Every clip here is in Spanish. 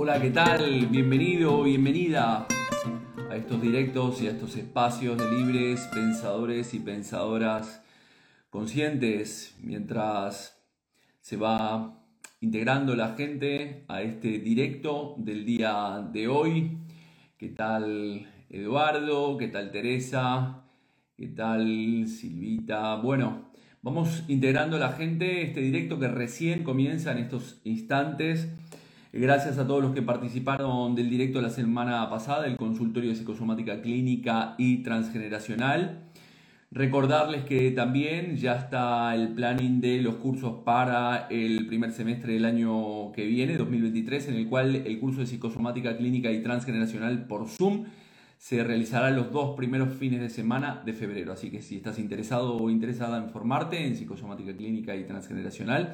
Hola, ¿qué tal? Bienvenido, bienvenida a estos directos y a estos espacios de libres pensadores y pensadoras conscientes mientras se va integrando la gente a este directo del día de hoy. ¿Qué tal Eduardo? ¿Qué tal Teresa? ¿Qué tal Silvita? Bueno, vamos integrando a la gente este directo que recién comienza en estos instantes. Gracias a todos los que participaron del directo la semana pasada, el consultorio de psicosomática clínica y transgeneracional. Recordarles que también ya está el planning de los cursos para el primer semestre del año que viene, 2023, en el cual el curso de psicosomática clínica y transgeneracional por Zoom se realizará los 2 primeros fines de semana de febrero. Así que si estás interesado o interesada en formarte en psicosomática clínica y transgeneracional,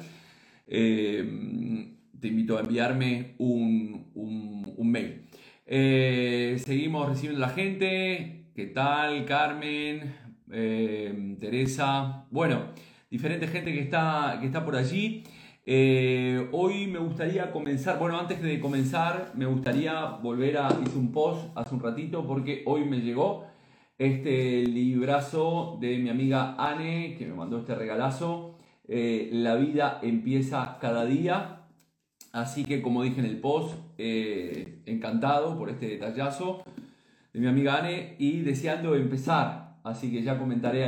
te invito a enviarme un mail. Seguimos recibiendo la gente. ¿Qué tal, Carmen? Teresa? Bueno, diferente gente que está por allí. Hoy me gustaría comenzar, bueno, antes de comenzar, me gustaría volver hice un post hace un ratito porque hoy me llegó este librazo de mi amiga Anne, que me mandó este regalazo. La vida empieza cada día. Así que, como dije en el post, encantado por este detallazo de mi amiga Anne y deseando empezar. Así que ya comentaré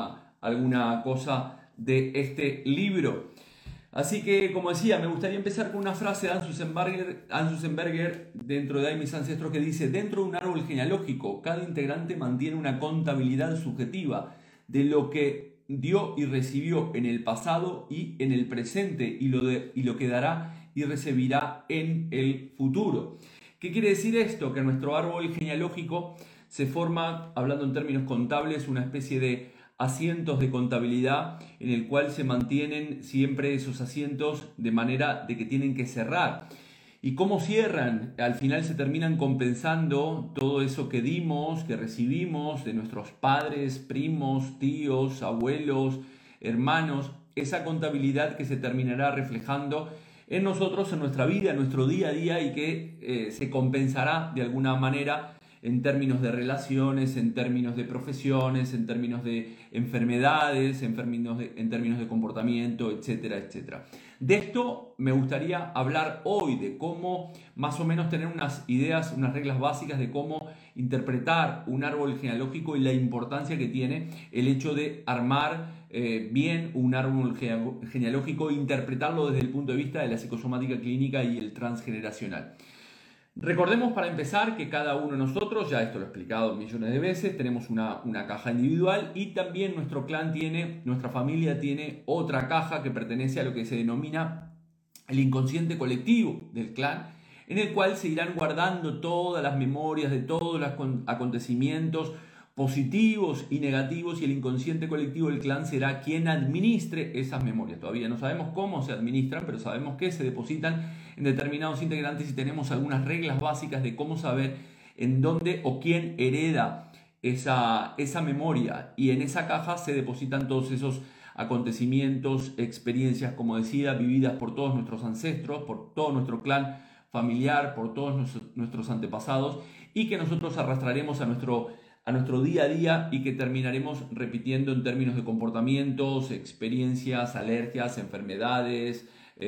alguna cosa de este libro. Así que, como decía, me gustaría empezar con una frase de Hans Sussenberger dentro de Mis Ancestros que dice: dentro de un árbol genealógico, cada integrante mantiene una contabilidad subjetiva de lo que dio y recibió en el pasado y en el presente y lo que dará y recibirá en el futuro. ¿Qué quiere decir esto? Que en nuestro árbol genealógico se forma, hablando en términos contables, una especie de asientos de contabilidad en el cual se mantienen siempre esos asientos de manera de que tienen que cerrar. ¿Y cómo cierran? Al final se terminan compensando todo eso que dimos, que recibimos de nuestros padres, primos, tíos, abuelos, hermanos, esa contabilidad que se terminará reflejando en nosotros, en nuestra vida, en nuestro día a día y que se compensará de alguna manera en términos de relaciones, en términos de profesiones, en términos de enfermedades, en términos de comportamiento, etcétera, etcétera. De esto me gustaría hablar hoy, de cómo más o menos tener unas ideas, unas reglas básicas de cómo interpretar un árbol genealógico y la importancia que tiene el hecho de armar bien un árbol genealógico e interpretarlo desde el punto de vista de la psicosomática clínica y el transgeneracional. Recordemos para empezar que cada uno de nosotros, ya esto lo he explicado millones de veces, tenemos una caja individual y también nuestra familia tiene otra caja que pertenece a lo que se denomina el inconsciente colectivo del clan, en el cual se irán guardando todas las memorias de todos los acontecimientos positivos y negativos, y el inconsciente colectivo del clan será quien administre esas memorias. Todavía no sabemos cómo se administran, pero sabemos que se depositan en determinados integrantes y tenemos algunas reglas básicas de cómo saber en dónde o quién hereda esa memoria, y en esa caja se depositan todos esos acontecimientos, experiencias, como decía, vividas por todos nuestros ancestros, por todo nuestro clan familiar, por todos nuestros antepasados, y que nosotros arrastraremos a nuestro día a día y que terminaremos repitiendo en términos de comportamientos, experiencias, alergias, enfermedades,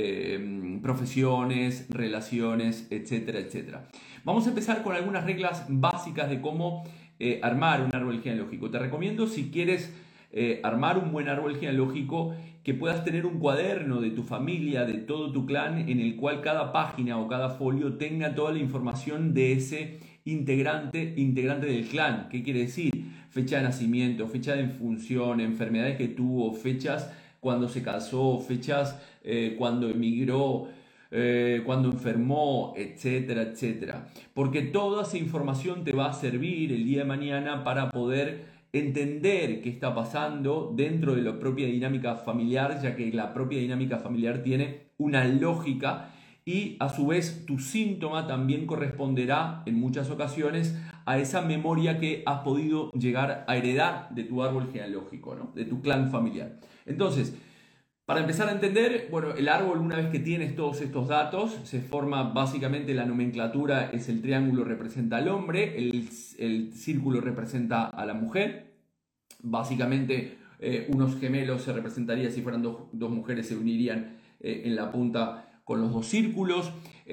profesiones, relaciones, etcétera, etcétera. Vamos a empezar con algunas reglas básicas de cómo armar un árbol genealógico. Te recomiendo, si quieres armar un buen árbol genealógico, que puedas tener un cuaderno de tu familia, de todo tu clan, en el cual cada página o cada folio tenga toda la información de ese integrante del clan. ¿Qué quiere decir? Fecha de nacimiento, fecha de función, enfermedades que tuvo, fechas cuando se casó, fechas cuando emigró, cuando enfermó, etcétera, etcétera. Porque toda esa información te va a servir el día de mañana para poder entender qué está pasando dentro de la propia dinámica familiar, ya que la propia dinámica familiar tiene una lógica y a su vez tu síntoma también corresponderá en muchas ocasiones a esa memoria que has podido llegar a heredar de tu árbol genealógico, ¿no? De tu clan familiar. Entonces, Para empezar a entender, bueno, el árbol, una vez que tienes todos estos datos, se forma básicamente la nomenclatura, es el triángulo representa al hombre, el círculo representa a la mujer, básicamente unos gemelos se representaría, si fueran dos mujeres se unirían en la punta con los dos círculos,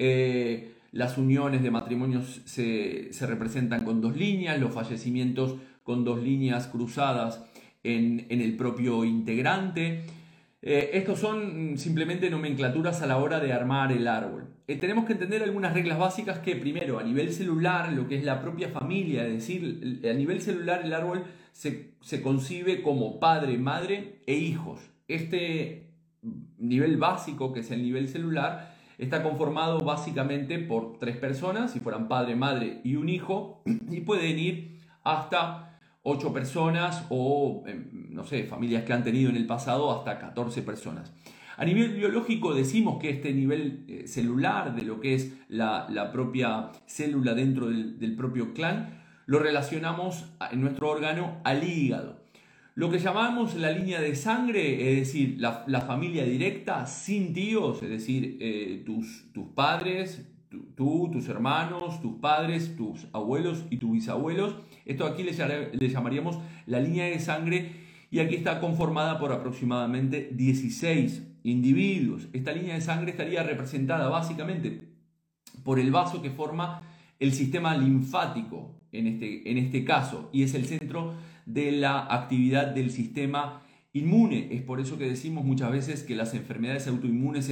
las uniones de matrimonios se representan con dos líneas, los fallecimientos con dos líneas cruzadas en el propio integrante. Estos son simplemente nomenclaturas a la hora de armar el árbol. Tenemos que entender algunas reglas básicas que primero a nivel celular, lo que es la propia familia, es decir, a nivel celular el árbol se concibe como padre, madre e hijos. Este nivel básico, que es el nivel celular, está conformado básicamente por tres personas, si fueran padre, madre y un hijo, y pueden ir hasta 8 personas o, no sé, familias que han tenido en el pasado hasta 14 personas. A nivel biológico decimos que este nivel celular de lo que es la propia célula dentro del propio clan, lo relacionamos en nuestro órgano al hígado. Lo que llamamos la línea de sangre, es decir, la familia directa sin tíos, es decir, tus padres, tus hermanos, tus padres, tus abuelos y tus bisabuelos. Esto aquí le llamaríamos la línea de sangre y aquí está conformada por aproximadamente 16 individuos. Esta línea de sangre estaría representada básicamente por el vaso que forma el sistema linfático en este caso y es el centro de la actividad del sistema inmune. Es por eso que decimos muchas veces que las enfermedades autoinmunes,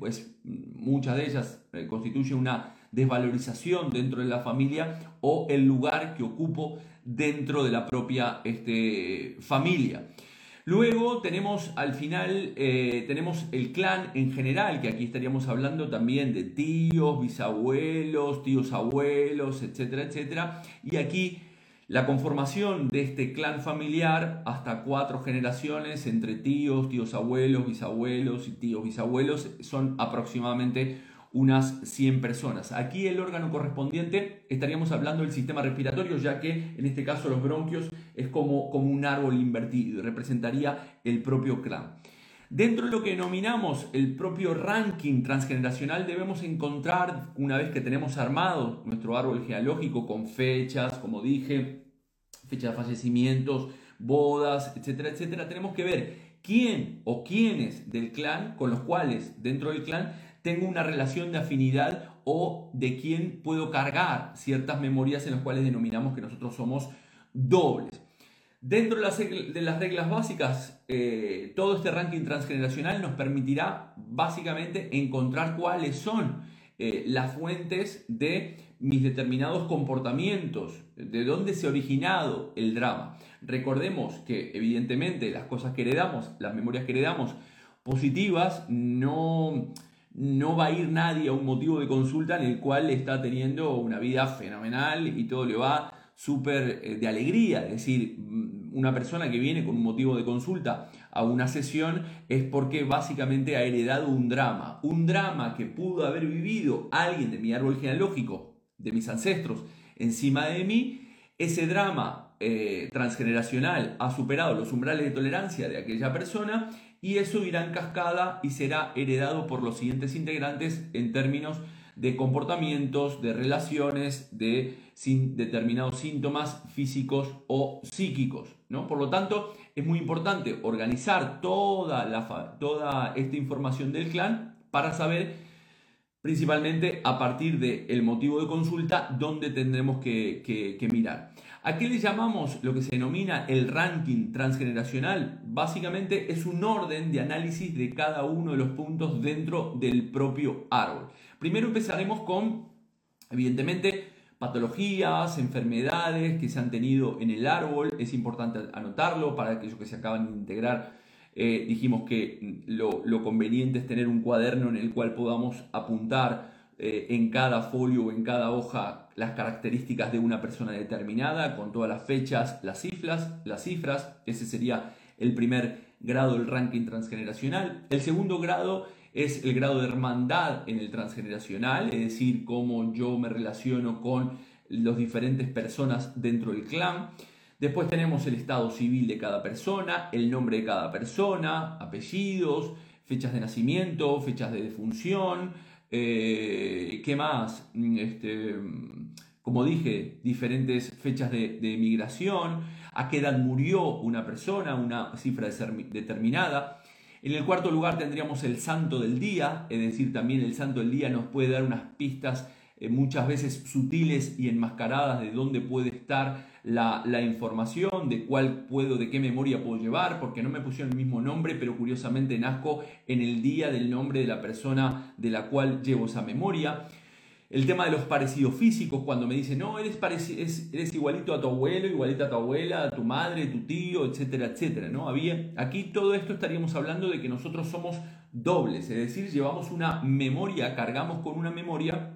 muchas de ellas constituyen una desvalorización dentro de la familia o el lugar que ocupo dentro de la propia familia. Luego tenemos al final, tenemos el clan en general, que aquí estaríamos hablando también de tíos, bisabuelos, tíos abuelos, etcétera, etcétera. Y aquí la conformación de este clan familiar hasta 4 generaciones entre tíos, tíos abuelos, bisabuelos y tíos bisabuelos son aproximadamente unas 100 personas. Aquí el órgano correspondiente estaríamos hablando del sistema respiratorio, ya que en este caso los bronquios es como un árbol invertido y representaría el propio clan. Dentro de lo que denominamos el propio ranking transgeneracional debemos encontrar, una vez que tenemos armado nuestro árbol genealógico con fechas, como dije, fechas de fallecimientos, bodas, etcétera, etcétera, tenemos que ver quién o quiénes del clan, con los cuales dentro del clan tengo una relación de afinidad o de quién puedo cargar ciertas memorias en las cuales denominamos que nosotros somos dobles. Dentro de las reglas básicas, todo este ranking transgeneracional nos permitirá básicamente encontrar cuáles son las fuentes de mis determinados comportamientos, de dónde se ha originado el drama. Recordemos que evidentemente las cosas que heredamos, las memorias que heredamos positivas, no va a ir nadie a un motivo de consulta en el cual está teniendo una vida fenomenal y todo le va súper de alegría. Es decir, una persona que viene con un motivo de consulta a una sesión es porque básicamente ha heredado un drama que pudo haber vivido alguien de mi árbol genealógico, de mis ancestros, encima de mí. Ese drama transgeneracional ha superado los umbrales de tolerancia de aquella persona y eso irá en cascada y será heredado por los siguientes integrantes en términos de comportamientos, de relaciones, de determinados síntomas físicos o psíquicos, ¿no? Por lo tanto, es muy importante organizar toda esta información del clan para saber, principalmente a partir del motivo de consulta, dónde tendremos que mirar. ¿A qué le llamamos lo que se denomina el ranking transgeneracional? Básicamente es un orden de análisis de cada uno de los puntos dentro del propio árbol. Primero empezaremos con, evidentemente, patologías, enfermedades que se han tenido en el árbol. Es importante anotarlo para aquellos que se acaban de integrar. Dijimos que lo conveniente es tener un cuaderno en el cual podamos apuntar en cada folio o en cada hoja las características de una persona determinada, con todas las fechas, las cifras. Ese sería el primer grado del ranking transgeneracional. El segundo grado es el grado de hermandad en el transgeneracional, es decir, cómo yo me relaciono con las diferentes personas dentro del clan. Después tenemos el estado civil de cada persona, el nombre de cada persona, apellidos, fechas de nacimiento, fechas de defunción, ¿qué más? Como dije, diferentes fechas de migración, a qué edad murió una persona, una cifra determinada. En el cuarto lugar tendríamos el santo del día, es decir, también el santo del día nos puede dar unas pistas muchas veces sutiles y enmascaradas de dónde puede estar la información, de qué memoria puedo llevar, porque no me pusieron el mismo nombre, pero curiosamente nazco en el día del nombre de la persona de la cual llevo esa memoria. El tema de los parecidos físicos, cuando me dicen, no, eres igualito a tu abuelo, igualita a tu abuela, a tu madre, tu tío, etcétera, etcétera, ¿no? Aquí todo esto estaríamos hablando de que nosotros somos dobles, es decir, llevamos una memoria, cargamos con una memoria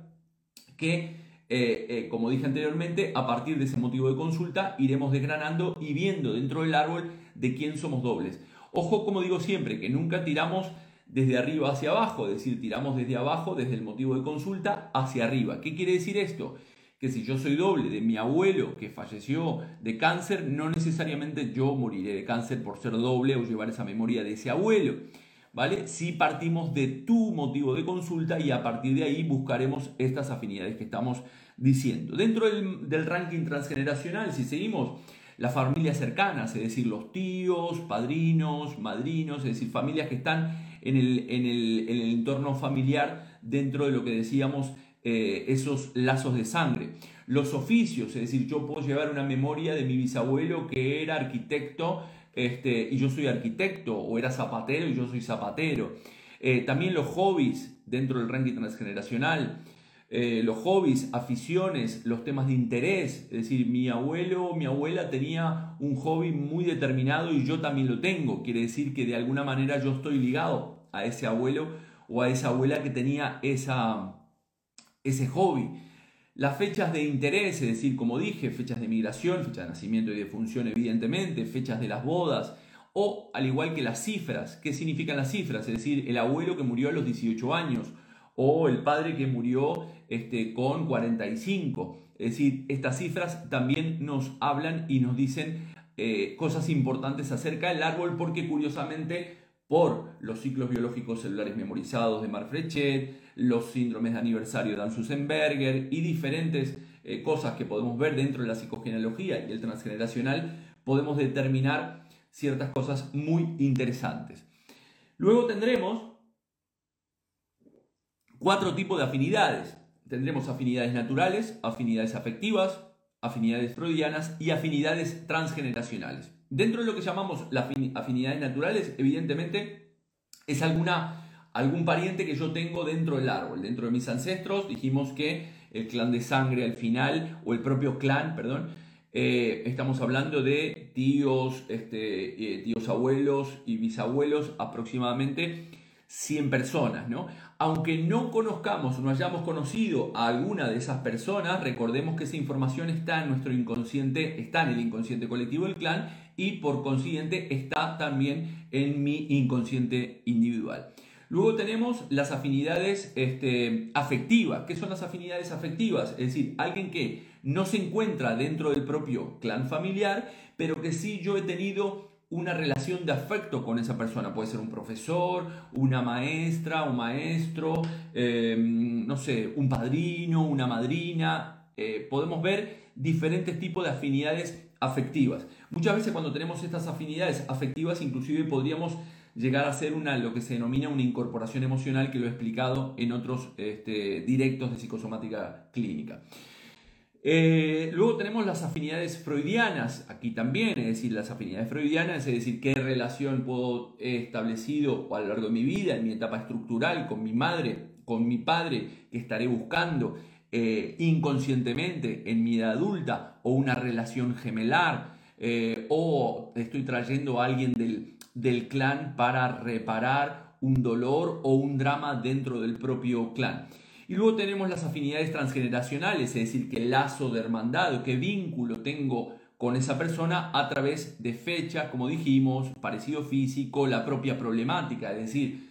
que, como dije anteriormente, a partir de ese motivo de consulta iremos desgranando y viendo dentro del árbol de quién somos dobles. Ojo, como digo siempre, que nunca tiramos desde arriba hacia abajo, es decir, tiramos desde abajo, desde el motivo de consulta, hacia arriba. ¿Qué quiere decir esto? Que si yo soy doble de mi abuelo que falleció de cáncer, no necesariamente yo moriré de cáncer por ser doble o llevar esa memoria de ese abuelo, ¿vale? Si partimos de tu motivo de consulta y a partir de ahí buscaremos estas afinidades que estamos diciendo. Dentro del ranking transgeneracional, si seguimos, las familias cercanas, es decir, los tíos, padrinos, madrinos, es decir, familias que están en el entorno familiar dentro de lo que decíamos, esos lazos de sangre. Los oficios, es decir, yo puedo llevar una memoria de mi bisabuelo que era arquitecto y yo soy arquitecto, o era zapatero y yo soy zapatero. También los hobbies dentro del ranking transgeneracional. Los hobbies, aficiones, los temas de interés, es decir, mi abuelo o mi abuela tenía un hobby muy determinado y yo también lo tengo, quiere decir que de alguna manera yo estoy ligado a ese abuelo o a esa abuela que tenía ese hobby. Las fechas de interés, es decir, como dije, fechas de migración, fecha de nacimiento y defunción evidentemente, fechas de las bodas, o al igual que las cifras. ¿Qué significan las cifras? Es decir, el abuelo que murió a los 18 años o el padre que murió con 45. Es decir, estas cifras también nos hablan y nos dicen cosas importantes acerca del árbol, porque curiosamente, por los ciclos biológicos celulares memorizados de Mark Frechet, los síndromes de aniversario de Dan-Sussenberger y diferentes cosas que podemos ver dentro de la psicogenealogía y el transgeneracional, podemos determinar ciertas cosas muy interesantes. Luego tendremos 4 tipos de afinidades. Tendremos afinidades naturales, afinidades afectivas, afinidades freudianas y afinidades transgeneracionales. Dentro de lo que llamamos las afinidades naturales, evidentemente es algún pariente que yo tengo dentro del árbol. Dentro de mis ancestros dijimos que el clan de sangre al final, o el propio clan, perdón, estamos hablando de tíos, tíos abuelos y bisabuelos, aproximadamente 100 personas, ¿no? Aunque no conozcamos o no hayamos conocido a alguna de esas personas, recordemos que esa información está en nuestro inconsciente, está en el inconsciente colectivo del clan y por consiguiente está también en mi inconsciente individual. Luego tenemos las afinidades afectivas. ¿Qué son las afinidades afectivas? Es decir, alguien que no se encuentra dentro del propio clan familiar, pero que sí yo he tenido una relación de afecto con esa persona. Puede ser un profesor, una maestra, un maestro, no sé, un padrino, una madrina. Podemos ver diferentes tipos de afinidades afectivas. Muchas veces cuando tenemos estas afinidades afectivas, inclusive podríamos llegar a hacer lo que se denomina una incorporación emocional, que lo he explicado en otros directos de psicosomática clínica. Luego tenemos las afinidades freudianas, aquí también, es decir, las afinidades freudianas, es decir, qué relación he establecido a lo largo de mi vida, en mi etapa estructural, con mi madre, con mi padre, que estaré buscando inconscientemente en mi edad adulta, o una relación gemelar, o estoy trayendo a alguien del clan para reparar un dolor o un drama dentro del propio clan. Y luego tenemos las afinidades transgeneracionales, es decir, qué lazo de hermandad, qué vínculo tengo con esa persona a través de fechas, como dijimos, parecido físico, la propia problemática, es decir,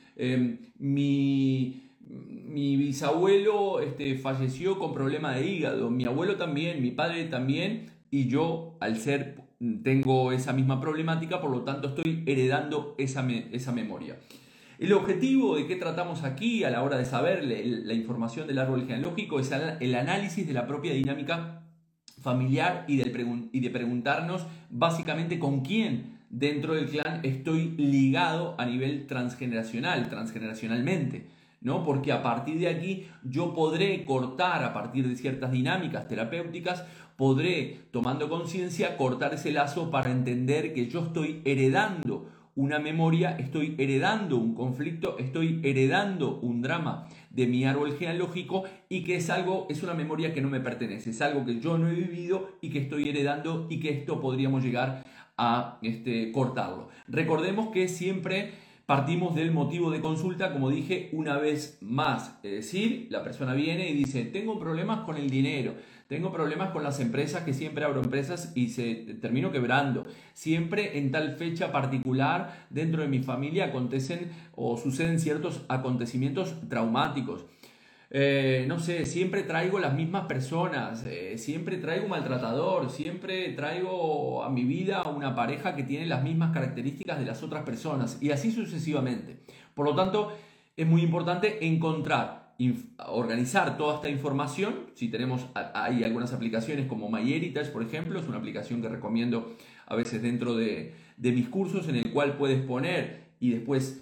mi bisabuelo falleció con problema de hígado, mi abuelo también, mi padre también, y yo tengo esa misma problemática, por lo tanto estoy heredando esa memoria. El objetivo de qué tratamos aquí a la hora de saber la información del árbol genealógico es el análisis de la propia dinámica familiar y de preguntarnos básicamente con quién dentro del clan estoy ligado a nivel transgeneracionalmente, ¿no? Porque a partir de aquí yo podré cortar a partir de ciertas dinámicas terapéuticas, podré, tomando conciencia, cortar ese lazo para entender que yo estoy heredando una memoria, estoy heredando un conflicto, estoy heredando un drama de mi árbol genealógico y que es una memoria que no me pertenece, es algo que yo no he vivido y que estoy heredando y que esto podríamos llegar a cortarlo. Recordemos que siempre partimos del motivo de consulta, como dije una vez más, es decir, la persona viene y dice, tengo problemas con el dinero, tengo problemas con las empresas, que siempre abro empresas y termino quebrando. Siempre en tal fecha particular dentro de mi familia acontecen o suceden ciertos acontecimientos traumáticos. No sé, siempre traigo las mismas personas, siempre traigo un maltratador, siempre traigo a mi vida una pareja que tiene las mismas características de las otras personas y así sucesivamente. Por lo tanto, es muy importante organizar toda esta información. Si hay algunas aplicaciones como MyHeritage, por ejemplo, es una aplicación que recomiendo a veces dentro de mis cursos, en el cual puedes poner y después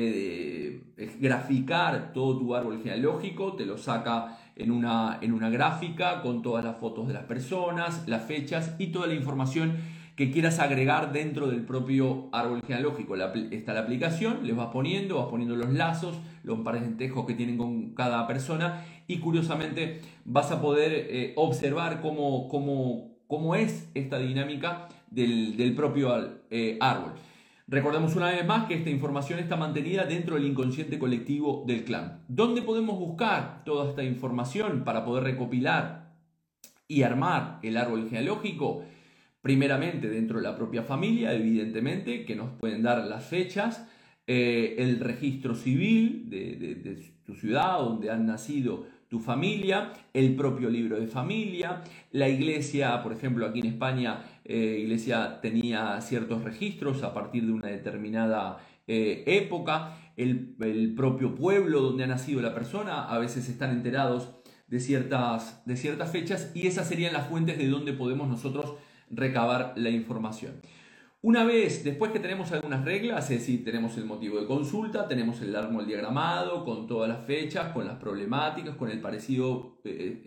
graficar todo tu árbol genealógico, te lo saca en una gráfica con todas las fotos de las personas, las fechas y toda la información que quieras agregar dentro del propio árbol genealógico. Está la aplicación, les vas poniendo los lazos, los parentescos que tienen con cada persona y curiosamente vas a poder observar cómo es esta dinámica del propio árbol. Recordemos una vez más que esta información está mantenida dentro del inconsciente colectivo del clan. ¿Dónde podemos buscar toda esta información para poder recopilar y armar el árbol genealógico? Primeramente dentro de la propia familia, evidentemente, que nos pueden dar las fechas, el registro civil de tu ciudad, donde han nacido tu familia, el propio libro de familia, la iglesia, por ejemplo, aquí en España, iglesia tenía ciertos registros a partir de una determinada época, el propio pueblo donde ha nacido la persona, a veces están enterados de ciertas fechas y esas serían las fuentes de donde podemos nosotros recabar la información. Una vez, después que tenemos algunas reglas, es decir, tenemos el motivo de consulta, tenemos el árbol diagramado con todas las fechas, con las problemáticas, con el parecido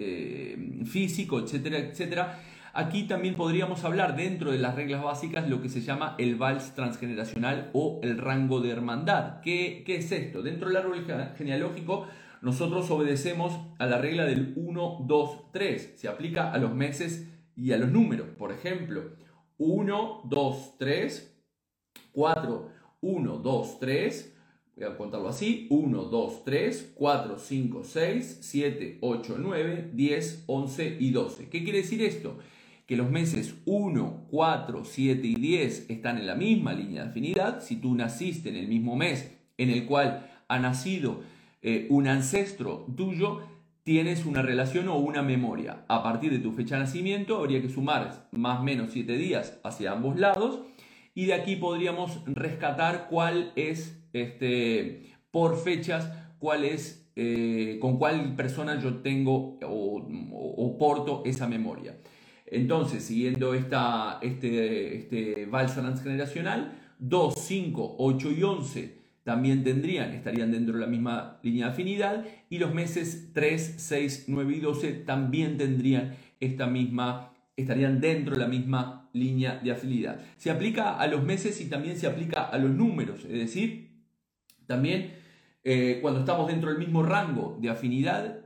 físico, etcétera, etcétera. Aquí también podríamos hablar dentro de las reglas básicas lo que se llama el vals transgeneracional o el rango de hermandad. ¿Qué es esto? Dentro del árbol genealógico nosotros obedecemos a la regla del 1, 2, 3. Se aplica a los meses y a los números. Por ejemplo, 1, 2, 3, 4, 1, 2, 3, voy a contarlo así, 1, 2, 3, 4, 5, 6, 7, 8, 9, 10, 11 y 12. ¿Qué quiere decir esto? Que los meses 1, 4, 7 y 10 están en la misma línea de afinidad. Si tú naciste en el mismo mes en el cual ha nacido un ancestro tuyo, tienes una relación o una memoria. A partir de tu fecha de nacimiento habría que sumar más o menos 7 días hacia ambos lados y de aquí podríamos rescatar cuál es, por fechas, cuál es, con cuál persona yo tengo o porto esa memoria. Entonces, siguiendo este vals transgeneracional, 2, 5, 8 y 11 también estarían dentro de la misma línea de afinidad y los meses 3, 6, 9 y 12 también estarían dentro de la misma línea de afinidad. Se aplica a los meses y también se aplica a los números, es decir, también cuando estamos dentro del mismo rango de afinidad,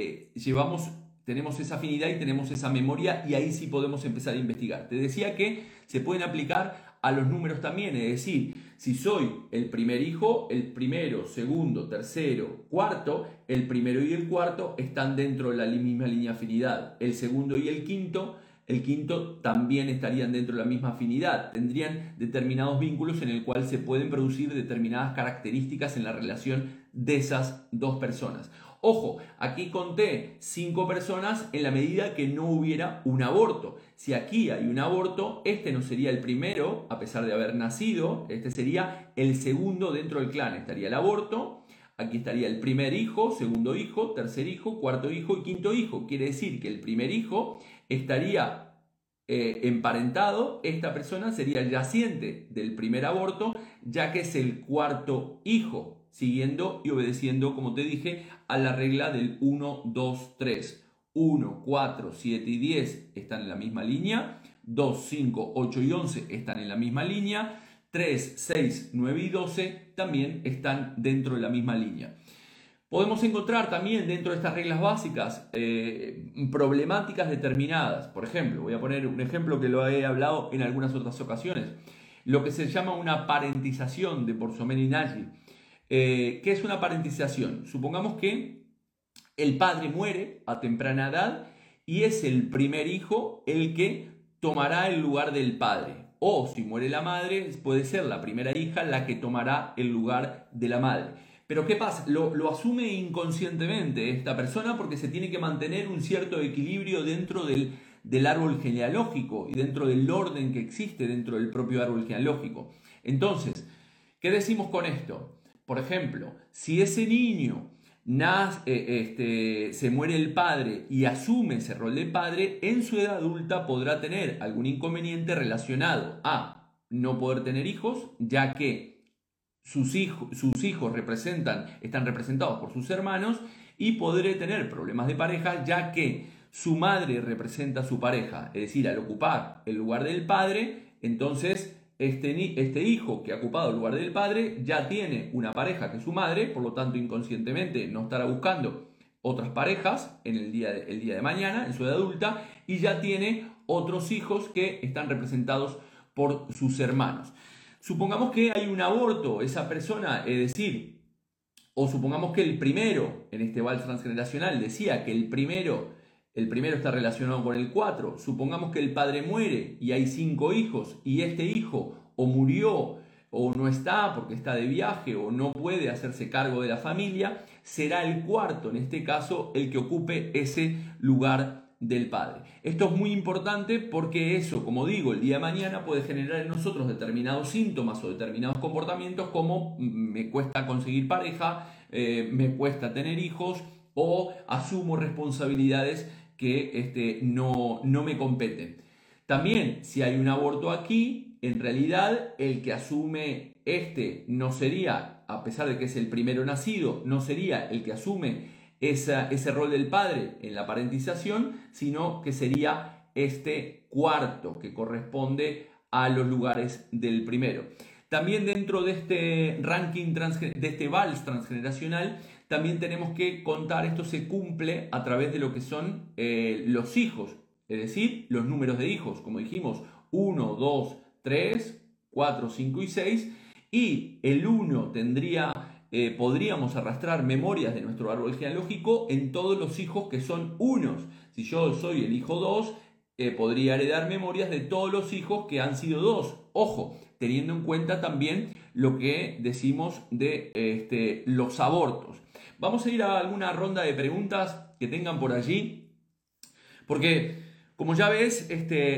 tenemos esa afinidad y tenemos esa memoria y ahí sí podemos empezar a investigar. Te decía que se pueden aplicar a los números también, es decir, si soy el primer hijo, el primero, segundo, tercero, cuarto, el primero y el cuarto están dentro de la misma línea de afinidad. El segundo y el quinto también estarían dentro de la misma afinidad. Tendrían determinados vínculos en el cual se pueden producir determinadas características en la relación de esas dos personas. Ojo, aquí conté 5 personas en la medida que no hubiera un aborto. Si aquí hay un aborto, este no sería el primero, a pesar de haber nacido, este sería el segundo dentro del clan. Estaría el aborto, aquí estaría el primer hijo, segundo hijo, tercer hijo, cuarto hijo y quinto hijo. Quiere decir que el primer hijo estaría emparentado, esta persona sería el yaciente del primer aborto, ya que es el cuarto hijo, siguiendo y obedeciendo, como te dije, a la regla del 1, 2, 3. 1, 4, 7 y 10 están en la misma línea, 2, 5, 8 y 11 están en la misma línea, 3, 6, 9 y 12 también están dentro de la misma línea. Podemos encontrar también dentro de estas reglas básicas problemáticas determinadas. Por ejemplo, voy a poner un ejemplo que lo he hablado en algunas otras ocasiones. Lo que se llama una parentización de Borsomé y Nagy. ¿Qué es una parentización? Supongamos que el padre muere a temprana edad y es el primer hijo el que tomará el lugar del padre. O si muere la madre, puede ser la primera hija la que tomará el lugar de la madre. Pero ¿qué pasa? Lo asume inconscientemente esta persona porque se tiene que mantener un cierto equilibrio dentro del árbol genealógico y dentro del orden que existe dentro del propio árbol genealógico. Entonces, ¿qué decimos con esto? Por ejemplo, si ese niño se muere el padre y asume ese rol de padre, en su edad adulta podrá tener algún inconveniente relacionado a no poder tener hijos, ya que sus hijos están representados por sus hermanos, y podré tener problemas de pareja, ya que su madre representa a su pareja. Es decir, al ocupar el lugar del padre, entonces este hijo que ha ocupado el lugar del padre ya tiene una pareja que es su madre, por lo tanto inconscientemente no estará buscando otras parejas en el día de mañana, en su edad adulta, y ya tiene otros hijos que están representados por sus hermanos. Supongamos que hay un aborto, esa persona, es decir, o supongamos que el primero, en este vals transgeneracional, decía que el primero está relacionado con el 4. Supongamos que el padre muere y hay 5 hijos y este hijo o murió o no está porque está de viaje o no puede hacerse cargo de la familia, será el cuarto, en este caso, el que ocupe ese lugar del padre. Esto es muy importante porque eso, como digo, el día de mañana puede generar en nosotros determinados síntomas o determinados comportamientos como me cuesta conseguir pareja, me cuesta tener hijos o asumo responsabilidades que no me competen. También, si hay un aborto aquí, en realidad el que asume no sería, a pesar de que es el primero nacido, no sería el que asume ese rol del padre en la parentización, sino que sería este cuarto que corresponde a los lugares del primero. También dentro de este ranking, de este vals transgeneracional, también tenemos que contar, esto se cumple a través de lo que son los hijos, es decir, los números de hijos, como dijimos, 1, 2, 3, 4, 5 y 6, y el 1 podríamos arrastrar memorias de nuestro árbol genealógico en todos los hijos que son unos. Si yo soy el hijo 2, podría heredar memorias de todos los hijos que han sido 2. Ojo, teniendo en cuenta también lo que decimos de los abortos. Vamos a ir a alguna ronda de preguntas que tengan por allí, porque como ya ves,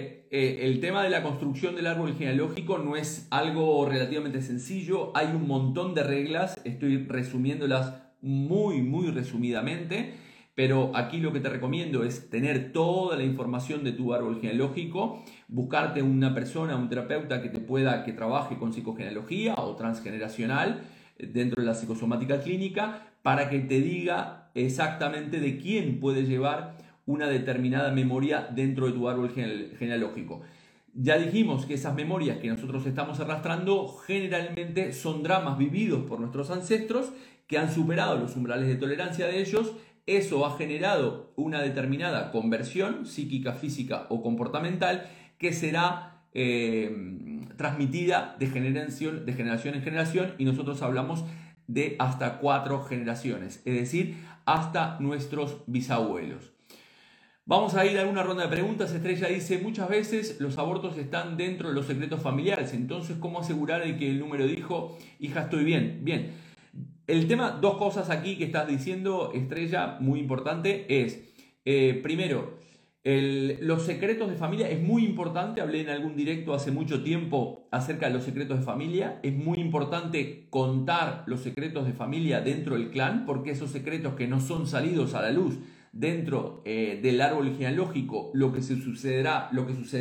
el tema de la construcción del árbol genealógico no es algo relativamente sencillo. Hay un montón de reglas, estoy resumiéndolas muy, muy resumidamente, pero aquí lo que te recomiendo es tener toda la información de tu árbol genealógico, buscarte una persona, un terapeuta que trabaje con psicogenealogía o transgeneracional dentro de la psicosomática clínica, para que te diga exactamente de quién puede llevar una determinada memoria dentro de tu árbol genealógico. Ya dijimos que esas memorias que nosotros estamos arrastrando generalmente son dramas vividos por nuestros ancestros que han superado los umbrales de tolerancia de ellos. Eso ha generado una determinada conversión psíquica, física o comportamental que será transmitida de generación en generación, y nosotros hablamos de hasta 4 generaciones, es decir, hasta nuestros bisabuelos. Vamos a ir a una ronda de preguntas. Estrella dice: muchas veces los abortos están dentro de los secretos familiares, entonces ¿cómo asegurar que el número de hija estoy bien? Bien, el tema, dos cosas aquí que estás diciendo, Estrella, muy importante, es, primero, los secretos de familia es muy importante. Hablé en algún directo hace mucho tiempo acerca de los secretos de familia. Es muy importante contar los secretos de familia dentro del clan, porque esos secretos que no son salidos a la luz dentro del árbol genealógico, lo que sucederá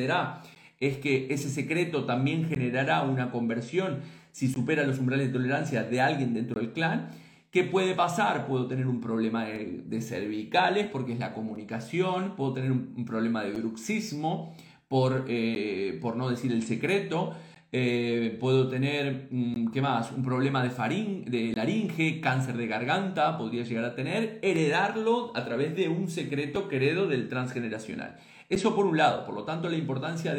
es que ese secreto también generará una conversión si supera los umbrales de tolerancia de alguien dentro del clan. ¿Qué puede pasar? Puedo tener un problema de cervicales porque es la comunicación, puedo tener un problema de bruxismo por no decir el secreto, puedo tener, ¿qué más? Un problema de laringe, cáncer de garganta, podría llegar a tener, heredarlo a través de un secreto que heredo del transgeneracional. Eso por un lado. Por lo tanto, la importancia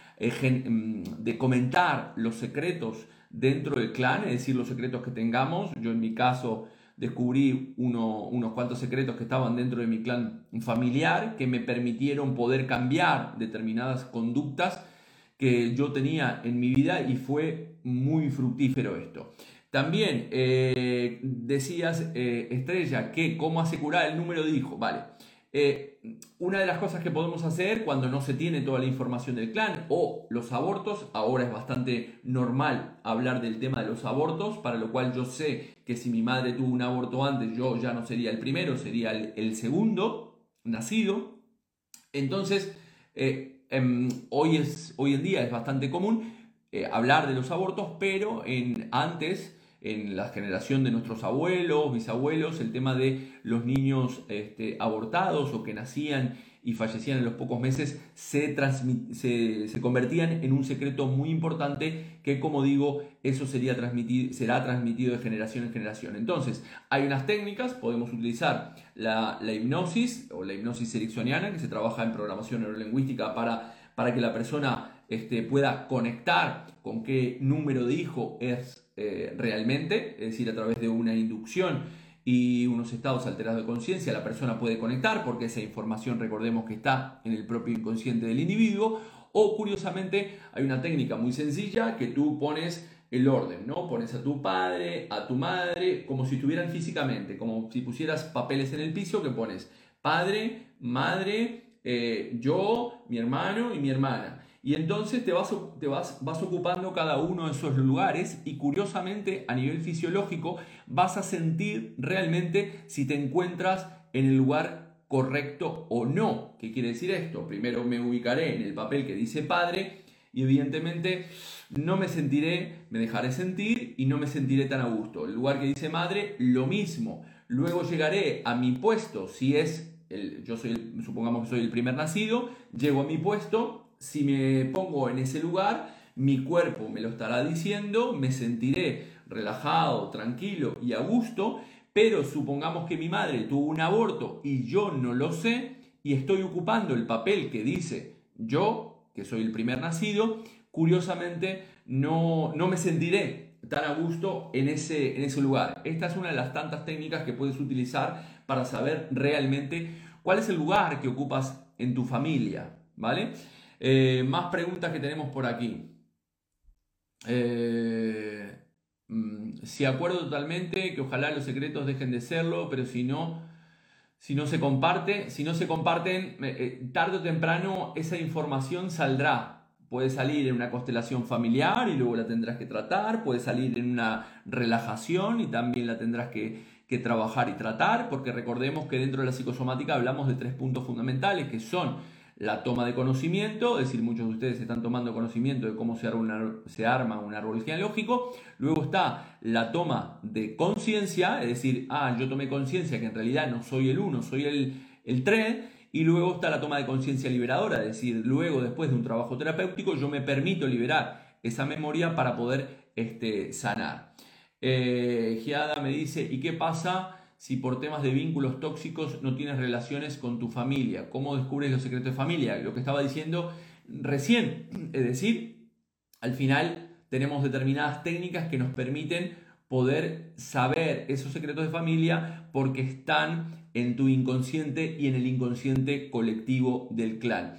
de comentar los secretos dentro del clan, es decir, los secretos que tengamos. Yo en mi caso descubrí unos cuantos secretos que estaban dentro de mi clan familiar que me permitieron poder cambiar determinadas conductas que yo tenía en mi vida y fue muy fructífero esto. También decías, Estrella, que cómo asegurar el número de hijos. Vale. Una de las cosas que podemos hacer cuando no se tiene toda la información del clan o los abortos, ahora es bastante normal hablar del tema de los abortos, para lo cual yo sé que si mi madre tuvo un aborto antes, yo ya no sería el primero, sería el segundo nacido. Entonces, hoy en día es bastante común hablar de los abortos, pero antes, en la generación de nuestros abuelos, bisabuelos, el tema de los niños abortados o que nacían y fallecían en los pocos meses se convertían en un secreto muy importante que, como digo, eso será transmitido de generación en generación. Entonces, hay unas técnicas, podemos utilizar la hipnosis o la hipnosis ericksoniana, que se trabaja en programación neurolingüística para que la persona pueda conectar con qué número de hijo es realmente, es decir, a través de una inducción y unos estados alterados de conciencia, la persona puede conectar porque esa información, recordemos que está en el propio inconsciente del individuo. O curiosamente hay una técnica muy sencilla que tú pones el orden, ¿no? Pones a tu padre, a tu madre, como si estuvieran físicamente, como si pusieras papeles en el piso, que pones padre, madre, yo, mi hermano y mi hermana. Y entonces vas ocupando cada uno de esos lugares y curiosamente a nivel fisiológico vas a sentir realmente si te encuentras en el lugar correcto o no. ¿Qué quiere decir esto? Primero me ubicaré en el papel que dice padre y evidentemente me dejaré sentir y no me sentiré tan a gusto. El lugar que dice madre, lo mismo. Luego llegaré a mi puesto, supongamos que soy el primer nacido, llego a mi puesto. Si me pongo en ese lugar, mi cuerpo me lo estará diciendo, me sentiré relajado, tranquilo y a gusto, pero supongamos que mi madre tuvo un aborto y yo no lo sé y estoy ocupando el papel que dice yo, que soy el primer nacido, curiosamente no me sentiré tan a gusto en ese lugar. Esta es una de las tantas técnicas que puedes utilizar para saber realmente cuál es el lugar que ocupas en tu familia, ¿vale? Más preguntas que tenemos por aquí. Si acuerdo totalmente que ojalá los secretos dejen de serlo, pero si no se comparten, tarde o temprano esa información saldrá. Puede salir en una constelación familiar y luego la tendrás que tratar, puede salir en una relajación y también la tendrás que trabajar y tratar, porque recordemos que dentro de la psicosomática hablamos de 3 puntos fundamentales, que son la toma de conocimiento, es decir, muchos de ustedes están tomando conocimiento de cómo se arma un árbol genealógico. Luego está la toma de conciencia, es decir, yo tomé conciencia que en realidad no soy el 1, soy el 3. Y luego está la toma de conciencia liberadora, es decir, luego después de un trabajo terapéutico yo me permito liberar esa memoria para poder sanar. Giada me dice, ¿y qué pasa si por temas de vínculos tóxicos no tienes relaciones con tu familia? ¿Cómo descubres los secretos de familia? Lo que estaba diciendo recién, es decir, al final tenemos determinadas técnicas que nos permiten poder saber esos secretos de familia porque están en tu inconsciente y en el inconsciente colectivo del clan.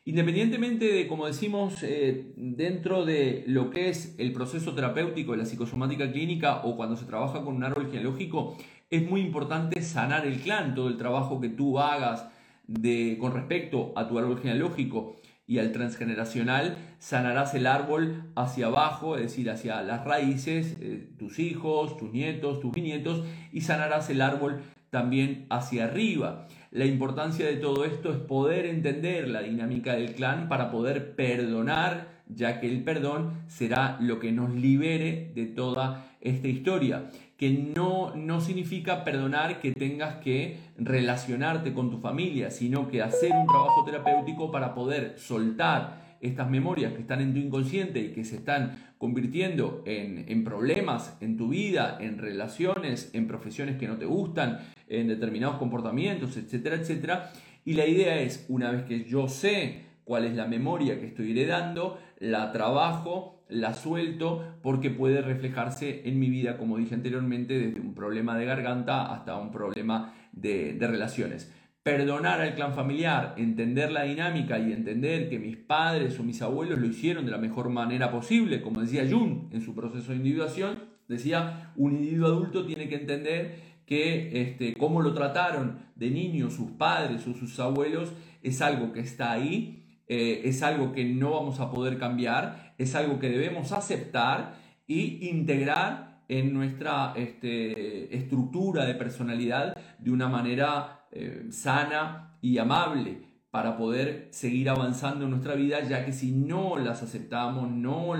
Independientemente de, como decimos, dentro de lo que es el proceso terapéutico de la psicosomática clínica o cuando se trabaja con un árbol genealógico, es muy importante sanar el clan, todo el trabajo que tú hagas con respecto a tu árbol genealógico y al transgeneracional, sanarás el árbol hacia abajo, es decir, hacia las raíces, tus hijos, tus nietos, tus bisnietos, y sanarás el árbol también hacia arriba. La importancia de todo esto es poder entender la dinámica del clan para poder perdonar, ya que el perdón será lo que nos libere de toda esta historia. Que no significa perdonar que tengas que relacionarte con tu familia, sino que hacer un trabajo terapéutico para poder soltar estas memorias que están en tu inconsciente y que se están convirtiendo en problemas en tu vida, en relaciones, en profesiones que no te gustan, en determinados comportamientos, etcétera, etcétera. Y la idea es, una vez que yo sé cuál es la memoria que estoy heredando, la trabajo, la suelto, porque puede reflejarse en mi vida, como dije anteriormente, desde un problema de garganta hasta un problema de relaciones. Perdonar al clan familiar, entender la dinámica y entender que mis padres o mis abuelos lo hicieron de la mejor manera posible, como decía Jung en su proceso de individuación, decía, un individuo adulto tiene que entender que cómo lo trataron de niño sus padres o sus abuelos es algo que está ahí, es algo que no vamos a poder cambiar, es algo que debemos aceptar y integrar en nuestra estructura de personalidad de una manera sana y amable para poder seguir avanzando en nuestra vida, ya que si no las aceptamos,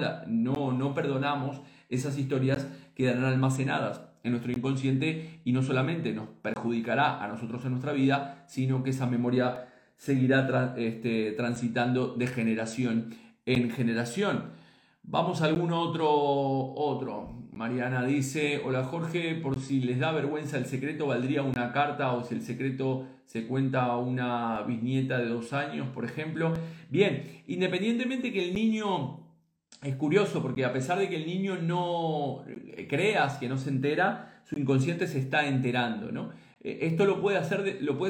no perdonamos, esas historias quedarán almacenadas en nuestro inconsciente y no solamente nos perjudicará a nosotros en nuestra vida, sino que esa memoria seguirá transitando de generación en generación. Vamos a algún otro. Mariana dice, hola Jorge, por si les da vergüenza el secreto, ¿valdría una carta o si el secreto se cuenta a una bisnieta de 2 años, por ejemplo? Bien, independientemente que el niño, es curioso porque a pesar de que el niño no creas que no se entera, su inconsciente se está enterando, ¿no? Esto lo puedes hacer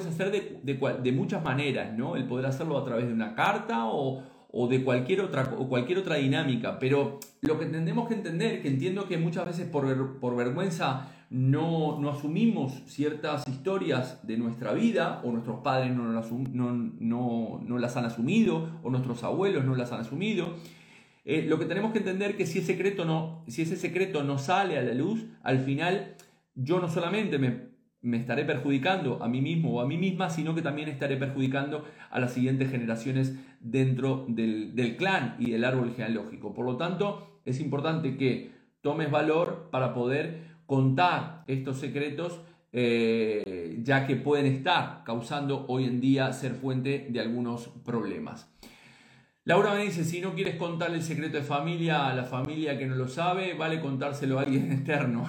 de muchas maneras, ¿no? El poder hacerlo a través de una carta o de cualquier otra dinámica, pero lo que tenemos que entender, que entiendo que muchas veces por vergüenza no asumimos ciertas historias de nuestra vida, o nuestros padres no las han asumido, o nuestros abuelos no las han asumido. Lo que tenemos que entender es que si ese secreto no sale a la luz, al final yo no solamente me estaré perjudicando a mí mismo o a mí misma, sino que también estaré perjudicando a las siguientes generaciones dentro del clan y del árbol genealógico. Por lo tanto, es importante que tomes valor para poder contar estos secretos, ya que pueden estar causando hoy en día ser fuente de algunos problemas. Laura me dice, si no quieres contar el secreto de familia a la familia que no lo sabe, vale contárselo a alguien externo.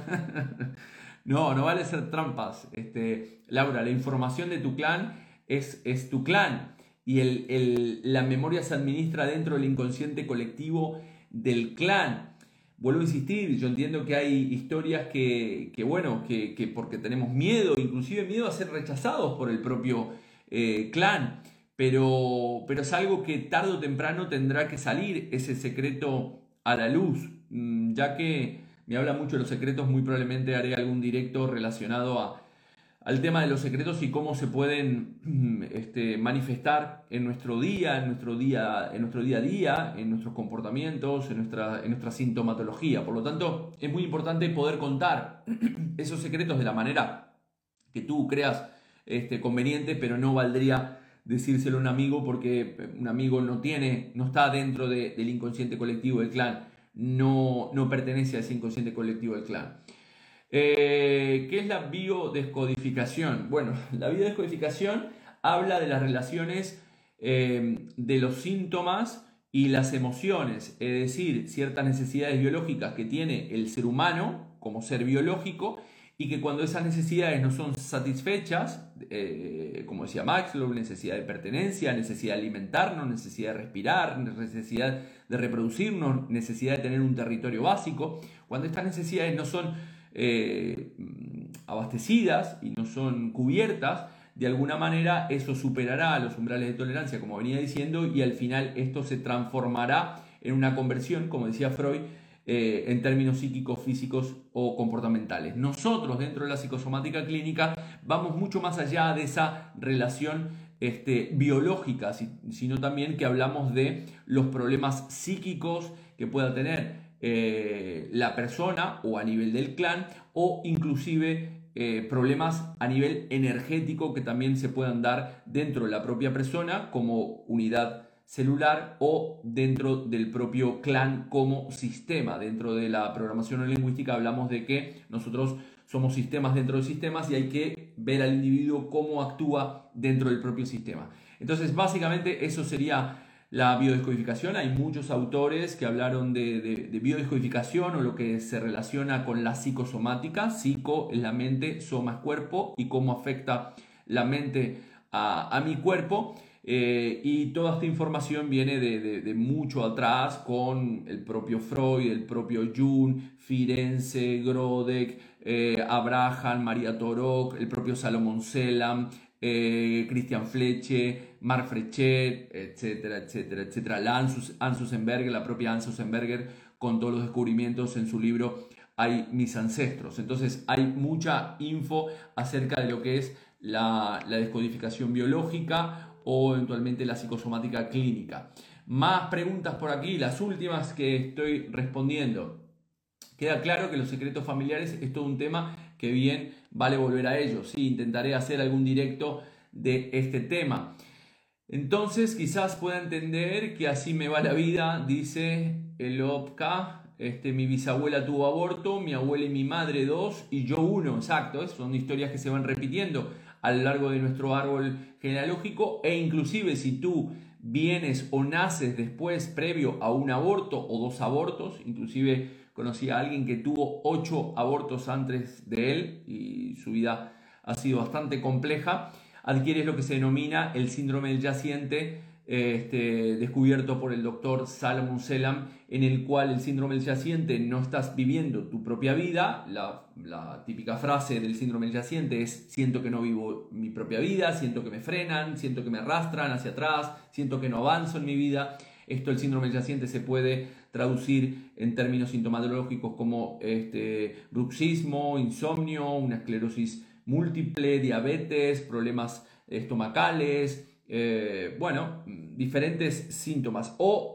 No vale hacer trampas. Laura, la información de tu clan es tu clan y la memoria se administra dentro del inconsciente colectivo del clan. Vuelvo a insistir, yo entiendo que hay historias que porque tenemos miedo, inclusive miedo a ser rechazados por el propio clan. Pero es algo que tarde o temprano tendrá que salir ese secreto a la luz, ya que me habla mucho de los secretos, muy probablemente haré algún directo relacionado al tema de los secretos y cómo se pueden manifestar en nuestro día a día, en nuestros comportamientos, en nuestra sintomatología. Por lo tanto, es muy importante poder contar esos secretos de la manera que tú creas conveniente, pero no valdría decírselo a un amigo porque un amigo no está dentro del inconsciente colectivo del clan, no pertenece a ese inconsciente colectivo del clan. ¿Qué es la biodescodificación? Bueno, la biodescodificación habla de las relaciones de los síntomas y las emociones, es decir, ciertas necesidades biológicas que tiene el ser humano como ser biológico y que cuando esas necesidades no son satisfechas, como decía Maxwell, necesidad de pertenencia, necesidad de alimentarnos, necesidad de respirar, necesidad de reproducirnos, necesidad de tener un territorio básico, cuando estas necesidades no son abastecidas y no son cubiertas, de alguna manera eso superará los umbrales de tolerancia, como venía diciendo, y al final esto se transformará en una conversión, como decía Freud, en términos psíquicos, físicos o comportamentales. Nosotros dentro de la psicosomática clínica vamos mucho más allá de esa relación biológica, sino también que hablamos de los problemas psíquicos que pueda tener la persona o a nivel del clan, o inclusive problemas a nivel energético que también se puedan dar dentro de la propia persona como unidad celular o dentro del propio clan como sistema. Dentro de la programación lingüística hablamos de que nosotros somos sistemas dentro de sistemas y hay que ver al individuo cómo actúa dentro del propio sistema. Entonces, básicamente eso sería la biodescodificación. Hay muchos autores que hablaron de biodescodificación o lo que se relaciona con la psicosomática. Psico es la mente, soma es cuerpo y cómo afecta la mente a mi cuerpo. Y toda esta información viene de mucho atrás con el propio Freud, el propio Jung, Firenze, Grodek, Abraham, Maria Torok, el propio Salomón Selam, Christian Fleche, Marc Frechet, etcétera, etcétera, etcétera. Hans Sussenberger, la propia Hans Sussenberger, con todos los descubrimientos en su libro Hay mis ancestros. Entonces hay mucha info acerca de lo que es la descodificación biológica o eventualmente la psicosomática clínica. Más preguntas por aquí, las últimas que estoy respondiendo. Queda claro que los secretos familiares es todo un tema que bien vale volver a ellos. Sí, intentaré hacer algún directo de este tema. Entonces quizás pueda entender que así me va la vida, dice el OPK. Mi bisabuela tuvo aborto, mi abuela y mi madre 2 y yo 1. Exacto, son historias que se van repitiendo a lo largo de nuestro árbol genealógico, e inclusive si tú vienes o naces después previo a un aborto o 2 abortos, inclusive conocí a alguien que tuvo 8 abortos antes de él y su vida ha sido bastante compleja, adquieres lo que se denomina el síndrome del yaciente, descubierto por el doctor Salomón Selam, en el cual el síndrome del yaciente no estás viviendo tu propia vida. La típica frase del síndrome del yaciente es: siento que no vivo mi propia vida, siento que me frenan, siento que me arrastran hacia atrás, siento que no avanzo en mi vida. Esto, el síndrome del yaciente, se puede traducir en términos sintomatológicos como bruxismo, insomnio, una esclerosis múltiple, diabetes, problemas estomacales, diferentes síntomas, o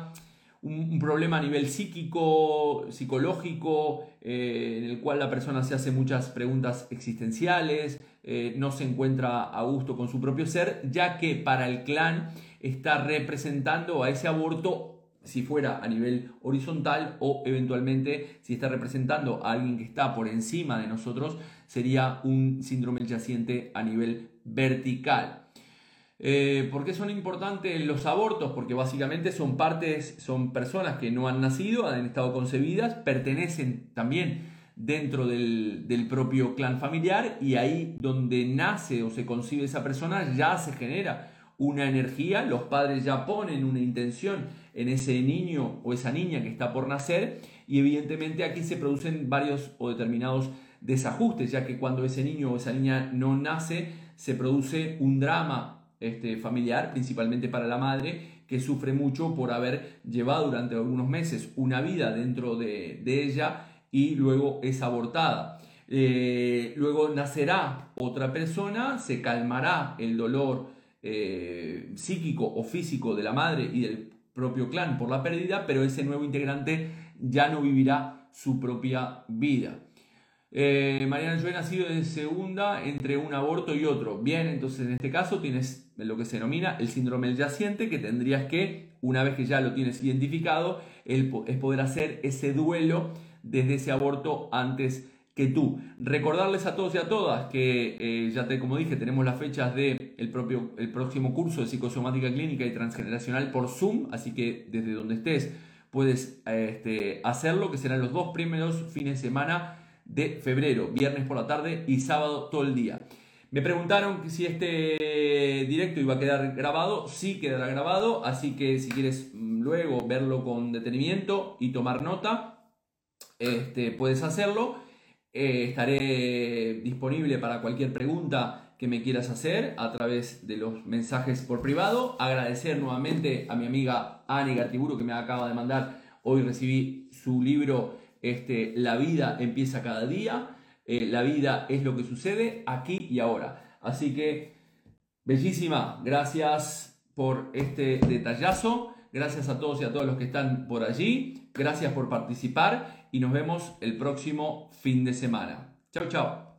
un problema a nivel psíquico, psicológico, en el cual la persona se hace muchas preguntas existenciales, no se encuentra a gusto con su propio ser, ya que para el clan está representando a ese aborto, si fuera a nivel horizontal, o eventualmente si está representando a alguien que está por encima de nosotros, sería un síndrome yaciente a nivel vertical. ¿Por qué son importantes los abortos? Porque básicamente son personas que no han nacido, han estado concebidas, pertenecen también dentro del propio clan familiar, y ahí donde nace o se concibe esa persona ya se genera una energía, los padres ya ponen una intención en ese niño o esa niña que está por nacer, y evidentemente aquí se producen varios o determinados desajustes, ya que cuando ese niño o esa niña no nace, se produce un drama familiar, principalmente para la madre, que sufre mucho por haber llevado durante algunos meses una vida dentro de ella y luego es abortada. Luego nacerá otra persona, se calmará el dolor psíquico o físico de la madre y del propio clan por la pérdida, pero ese nuevo integrante ya no vivirá su propia vida. Mariana, yo he nacido de segunda entre un aborto y otro. Bien, entonces en este caso tienes lo que se denomina el síndrome del yaciente, que tendrías que, una vez que ya lo tienes identificado, es poder hacer ese duelo desde ese aborto antes que tú. Recordarles a todos y a todas que como dije, tenemos las fechas del el próximo curso de psicosomática clínica y transgeneracional por Zoom, así que desde donde estés puedes hacerlo, que serán los 2 primeros fines de semana de febrero, viernes por la tarde y sábado todo el día. Me preguntaron si este directo iba a quedar grabado. Sí, quedará grabado, así que si quieres luego verlo con detenimiento y tomar nota, puedes hacerlo. Estaré disponible para cualquier pregunta que me quieras hacer a través de los mensajes por privado. Agradecer nuevamente a mi amiga Ani Gartiburu, que me acaba de mandar. Hoy recibí su libro, La vida empieza cada día. La vida es lo que sucede aquí y ahora. Así que, bellísima, gracias por este detallazo. Gracias a todos y a todas los que están por allí. Gracias por participar y nos vemos el próximo fin de semana. Chau, chau.